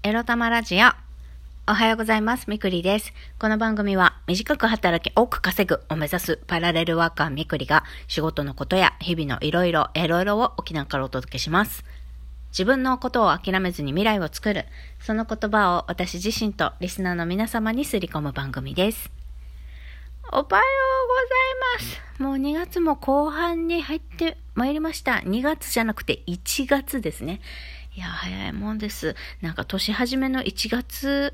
エロ玉ラジオ。おはようございます。みくりです。この番組は短く働き多く稼ぐを目指すパラレルワーカーみくりが仕事のことや日々のいろいろを沖縄からお届けします。自分のことを諦めずに未来を作る、その言葉を私自身とリスナーの皆様にすり込む番組です。おはようございます。もう2月も後半に入ってまいりました。2月じゃなくて1月ですね。いや、早いもんです。なんか年始めの1月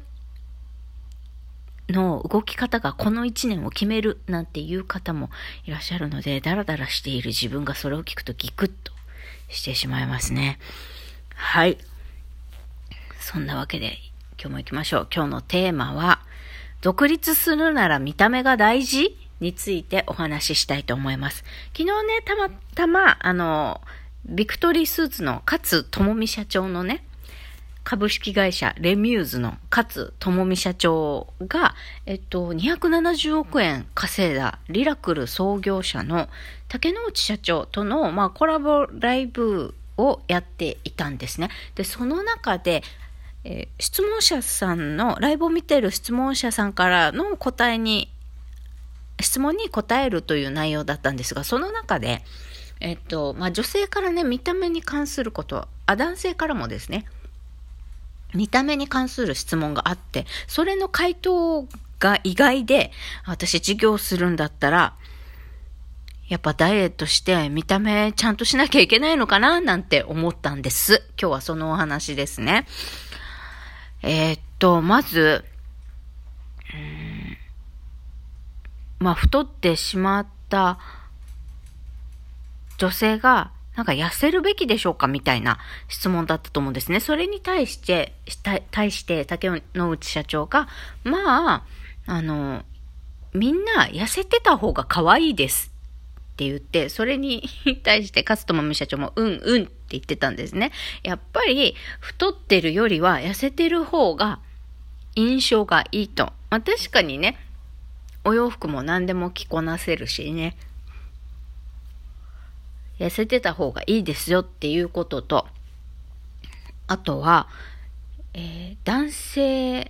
の動き方がこの1年を決めるなんていう方もいらっしゃるので、ダラダラしている自分がそれを聞くとギクッとしてしまいますね。はい。そんなわけで今日も行きましょう。今日のテーマは、独立するなら見た目が大事についてお話ししたいと思います。昨日ね、たまたまビクトリースーツの勝智美社長のね、株式会社レミューズの勝智美社長が、270億円稼いだリラクル創業者の竹之内社長との、コラボライブをやっていたんですね。で、その中で、質問者さんの、ライブを見ている質問者さんからの質問に答えるという内容だったんですが、その中で、女性からね、見た目に関すること、男性からもですね、見た目に関する質問があって、それの回答が意外で、私事業するんだったら、やっぱダイエットして見た目ちゃんとしなきゃいけないのかななんて思ったんです。今日はそのお話ですね。まず、太ってしまった女性がなんか痩せるべきでしょうかみたいな質問だったと思うんですね。それに対して竹之内社長が、みんな痩せてた方が可愛いですって言って、それに対して勝智美社長もうんって言ってたんですね。やっぱり太ってるよりは痩せてる方が印象がいいと。確かにね、お洋服も何でも着こなせるしね、痩せてた方がいいですよっていうことと、あとは、男性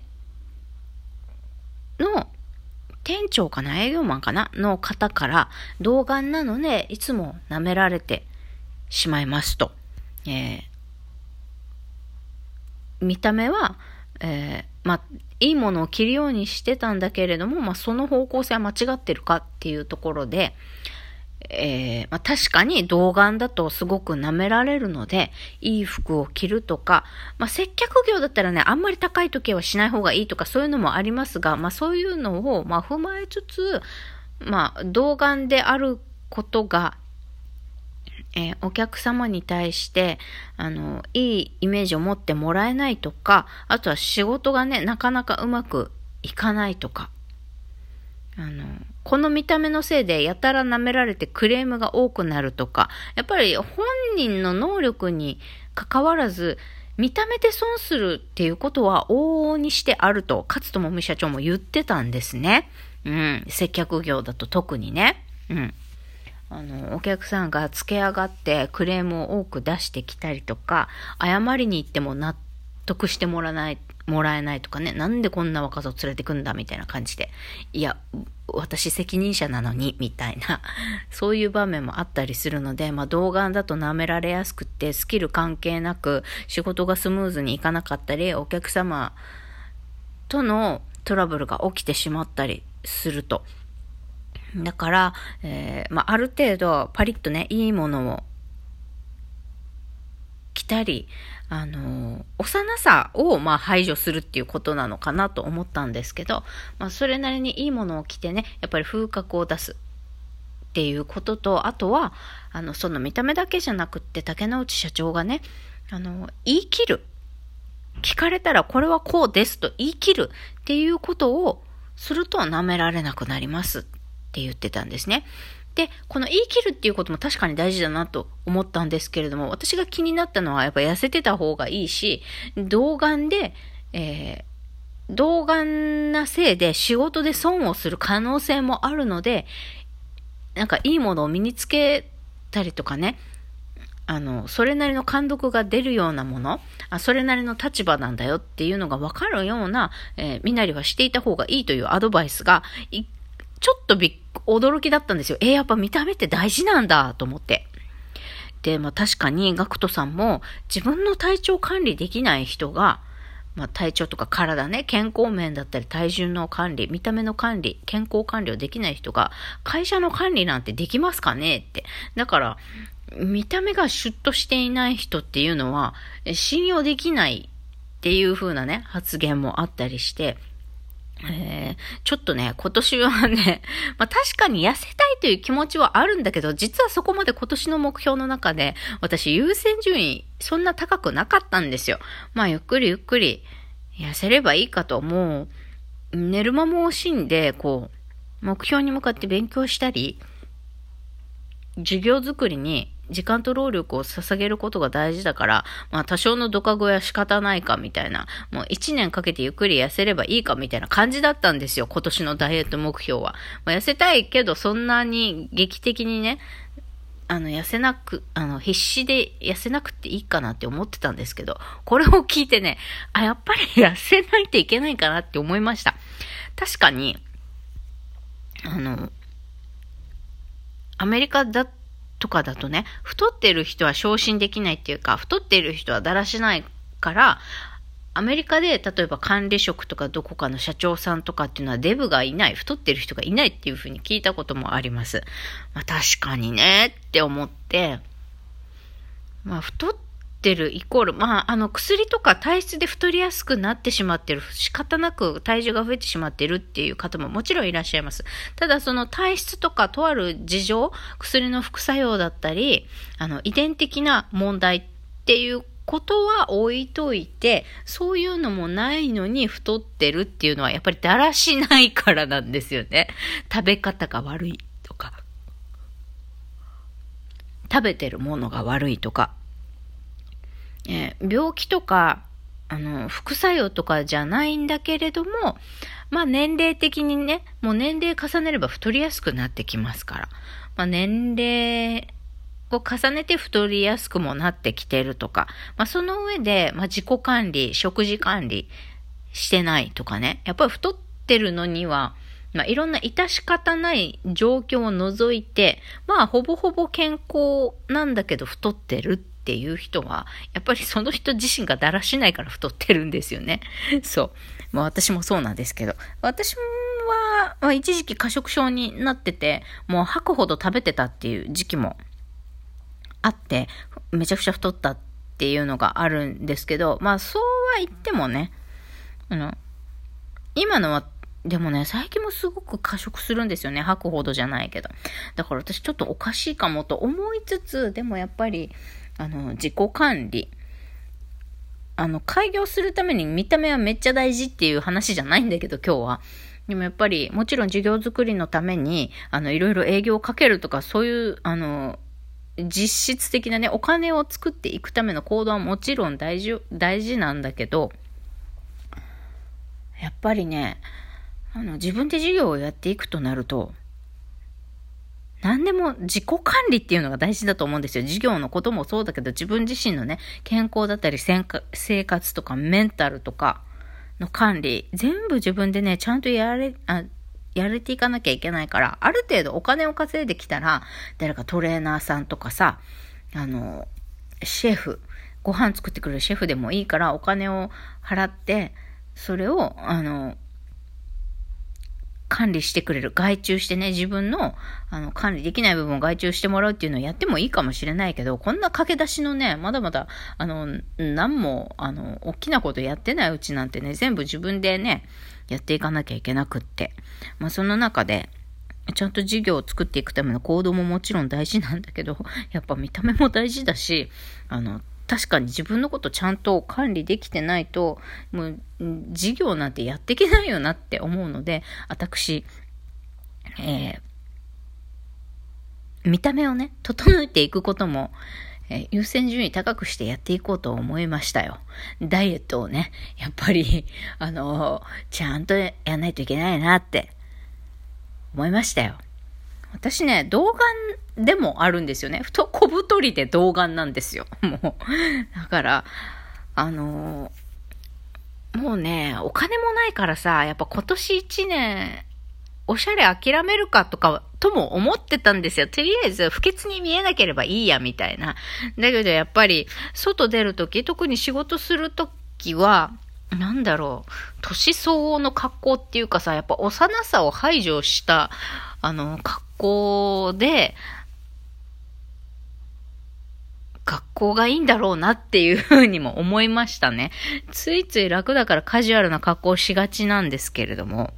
の店長かな、営業マンかなの方から童顔なのでいつも舐められてしまいますと。見た目は、いいものを着るようにしてたんだけれども、その方向性は間違ってるかっていうところで、確かに童顔だとすごく舐められるので、いい服を着るとか、接客業だったらね、あんまり高い時計はしない方がいいとかそういうのもありますが、そういうのを踏まえつつ、童顔であることが、お客様に対していいイメージを持ってもらえないとか、あとは仕事がね、なかなかうまくいかないとか、この見た目のせいでやたら舐められてクレームが多くなるとか、やっぱり本人の能力に関わらず見た目で損するっていうことは往々にしてあると勝智美社長も言ってたんですね。接客業だと特にね。お客さんがつけ上がってクレームを多く出してきたりとか、謝りに行っても納得してもらえないとかね、なんでこんな若さを連れてくんだみたいな感じで、いや私責任者なのにみたいなそういう場面もあったりするので、童顔だと舐められやすくてスキル関係なく仕事がスムーズにいかなかったり、お客様とのトラブルが起きてしまったりすると。だから、ある程度パリッとね、いいものを着たり、幼さを排除するっていうことなのかなと思ったんですけど、それなりにいいものを着てね、やっぱり風格を出すっていうことと、あとはその見た目だけじゃなくって竹之内社長がね、言い切る、聞かれたらこれはこうですと言い切るっていうことをすると舐められなくなりますって言ってたんですね。で、この言い切るっていうことも確かに大事だなと思ったんですけれども、私が気になったのはやっぱ痩せてた方がいいし、童顔で、童顔なせいで仕事で損をする可能性もあるので、なんかいいものを身につけたりとかね、 それなりの貫禄が出るようなもの、それなりの立場なんだよっていうのが分かるような、身なりはしていた方がいいというアドバイスが、ちょっと驚きだったんですよ。やっぱ見た目って大事なんだと思って。で、確かにガクトさんも自分の体調管理できない人が、体調とか体ね、健康面だったり体重の管理、見た目の管理、健康管理をできない人が会社の管理なんてできますかねって。だから、見た目がシュッとしていない人っていうのは信用できないっていう風なね、発言もあったりして、ちょっとね、今年はね、確かに痩せたいという気持ちはあるんだけど、実はそこまで今年の目標の中で、私優先順位そんな高くなかったんですよ。ゆっくりゆっくり痩せればいいかと、もう、寝る間も惜しんで、目標に向かって勉強したり、授業作りに時間と労力を捧げることが大事だから、多少のドカ食いは仕方ないかみたいな、もう1年かけてゆっくり痩せればいいかみたいな感じだったんですよ、今年のダイエット目標は。痩せたいけど、そんなに劇的にね、必死で痩せなくていいかなって思ってたんですけど、これを聞いてね、やっぱり痩せないといけないかなって思いました。確かに、アメリカとかだとね、太っている人は昇進できないっていうか、太っている人はだらしないから、アメリカで例えば管理職とかどこかの社長さんとかっていうのはデブがいない、太ってる人がいないっていうふうに聞いたこともあります。確かにねって思って、太ってるイコール、薬とか体質で太りやすくなってしまってる、仕方なく体重が増えてしまってるっていう方ももちろんいらっしゃいます。ただその体質とかとある事情、薬の副作用だったり、遺伝的な問題っていうことは置いといて、そういうのもないのに太ってるっていうのはやっぱりだらしないからなんですよね。食べ方が悪いとか、食べてるものが悪いとか、病気とか副作用とかじゃないんだけれども、年齢的にね、もう年齢重ねれば太りやすくなってきますから、年齢を重ねて太りやすくもなってきてるとか、その上で、自己管理、食事管理してないとかね、やっぱり太ってるのには、いろんな致し方ない状況を除いて、ほぼほぼ健康なんだけど太ってるっていう人は、やっぱりその人自身がだらしないから太ってるんですよね。そう。私もそうなんですけど、私は、一時期過食症になってて、もう吐くほど食べてたっていう時期もあって、めちゃくちゃ太ったっていうのがあるんですけど、そうは言ってもね、今のは、でもね、最近もすごく過食するんですよね。吐くほどじゃないけど。だから私ちょっとおかしいかもと思いつつ、でもやっぱり、自己管理。開業するために見た目はめっちゃ大事っていう話じゃないんだけど、今日は。でもやっぱり、もちろん事業作りのために、いろいろ営業をかけるとか、そういう、実質的なね、お金を作っていくための行動はもちろん大事なんだけど、やっぱりね、自分で事業をやっていくとなると、何でも自己管理っていうのが大事だと思うんですよ。事業のこともそうだけど、自分自身のね、健康だったり生活とかメンタルとかの管理、全部自分でね、ちゃんとやれていかなきゃいけないから、ある程度お金を稼いできたら、誰かトレーナーさんとかさ、シェフ、ご飯作ってくれるシェフでもいいからお金を払って、それを、管理してくれる。外注してね、自分の、管理できない部分を外注してもらうっていうのをやってもいいかもしれないけど、こんな駆け出しのね、まだまだ、何も、大きなことやってないうちなんてね、全部自分でね、やっていかなきゃいけなくって。その中で、ちゃんと事業を作っていくための行動ももちろん大事なんだけど、やっぱ見た目も大事だし、確かに自分のことちゃんと管理できてないと、もう事業なんてやっていけないよなって思うので、私、見た目をね、整えていくことも、優先順位高くしてやっていこうと思いましたよ。ダイエットをね、やっぱり、ちゃんとやらないといけないなって思いましたよ。 私ね、童顔でもあるんですよね。小太りで童顔なんですよ。もう。だから、もうね、お金もないからさ、やっぱ今年1年、おしゃれ諦めるかとも思ってたんですよ。とりあえず不潔に見えなければいいや、みたいな。だけどやっぱり、外出るとき、特に仕事するときは、なんだろう、年相応の格好っていうかさ、やっぱ幼さを排除した、格好で、格好がいいんだろうなっていうふうにも思いましたね。ついつい楽だからカジュアルな格好をしがちなんですけれども、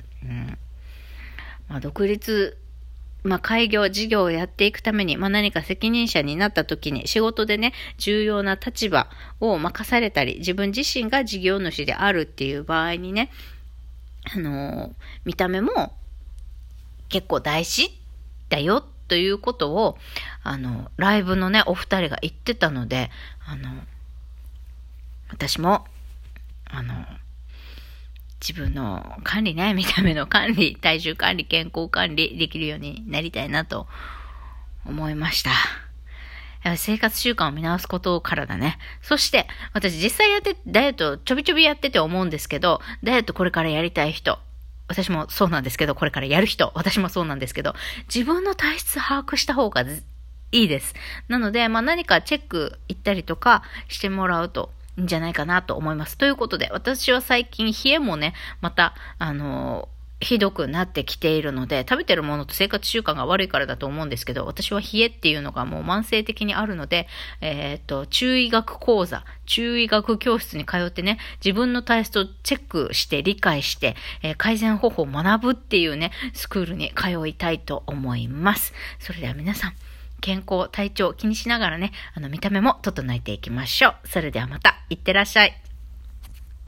独立、開業、事業をやっていくために、何か責任者になった時に、仕事でね、重要な立場を任されたり、自分自身が事業主であるっていう場合にね、見た目も結構大事だよということを、ライブのね、お二人が言ってたので、私も、自分の管理ね、見た目の管理、体重管理、健康管理できるようになりたいなと思いました。やっぱり生活習慣を見直すことからだね。そして、私実際ダイエットちょびちょびやってて思うんですけど、ダイエットこれからやりたい人、私もそうなんですけど、これからやる人、私もそうなんですけど、自分の体質把握した方がいいです。なので、何かチェック行ったりとかしてもらうといいんじゃないかなと思います。ということで、私は最近冷えもね、また、ひどくなってきているので、食べてるものと生活習慣が悪いからだと思うんですけど、私は冷えっていうのがもう慢性的にあるので、中医学講座、中医学教室に通ってね、自分の体質をチェックして理解して、改善方法を学ぶっていうね、スクールに通いたいと思います。それでは皆さん、健康、体調気にしながらね、見た目も整えていきましょう。それではまた、いってらっしゃい。